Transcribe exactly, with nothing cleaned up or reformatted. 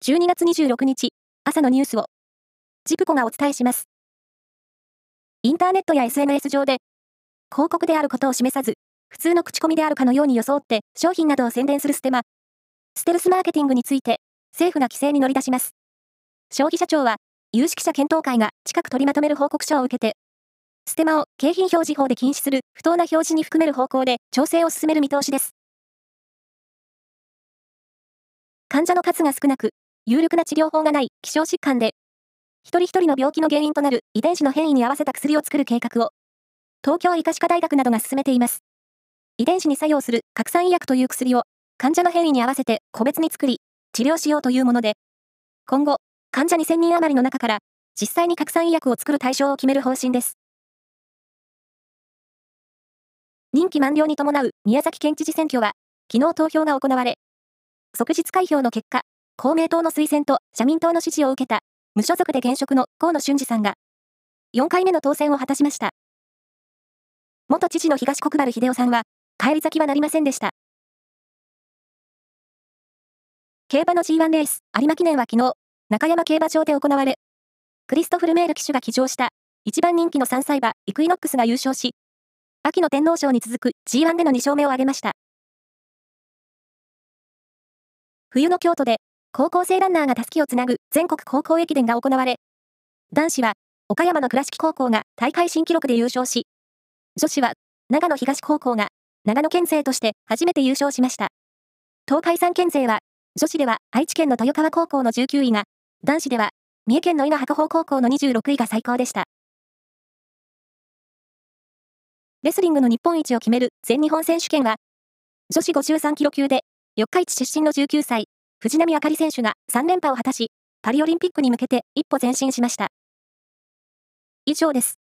じゅうにがつにじゅうろくにち、朝のニュースを、ジプコがお伝えします。インターネットや エスエヌエス 上で、広告であることを示さず、普通の口コミであるかのように装って商品などを宣伝するステマ、ステルスマーケティングについて、政府が規制に乗り出します。消費者庁は、有識者検討会が近く取りまとめる報告書を受けて、ステマを景品表示法で禁止する不当な表示に含める方向で調整を進める見通しです。患者の数が少なく、有力な治療法がない希少疾患で、一人一人の病気の原因となる遺伝子の変異に合わせた薬を作る計画を、東京医科歯科大学などが進めています。遺伝子に作用する核酸医薬という薬を患者の変異に合わせて個別に作り、治療しようというもので、今後、患者にせんにん余りの中から、実際に核酸医薬を作る対象を決める方針です。任期満了に伴う宮崎県知事選挙は、昨日投票が行われ、即日開票の結果、公明党の推薦と社民党の支持を受けた、無所属で現職の河野俊嗣さんが、よんかいめの当選を果たしました。元知事の東国原英夫さんは、返り咲きはなりませんでした。競馬の ジーワン レース、有馬記念は昨日、中山競馬場で行われ、クリストフルメール騎手が騎乗した、一番人気のさんさい馬、イクイノックスが優勝し、秋の天皇賞に続く ジーワン でのに勝目を挙げました。冬の京都で、高校生ランナーが襷をつなぐ全国高校駅伝が行われ、男子は、岡山の倉敷高校が大会新記録で優勝し、女子は、長野東高校が、長野県勢として初めて優勝しました。東海三県勢は、女子では愛知県の豊川高校のじゅうきゅういが、男子では、三重県の伊賀白鵬高校のにじゅうろくいが最高でした。レスリングの日本一を決める全日本選手権は、女子ごじゅうさんキロ級で、四日市出身のじゅうきゅうさい、藤波朱理選手がさん連覇を果たし、パリオリンピックに向けて一歩前進しました。以上です。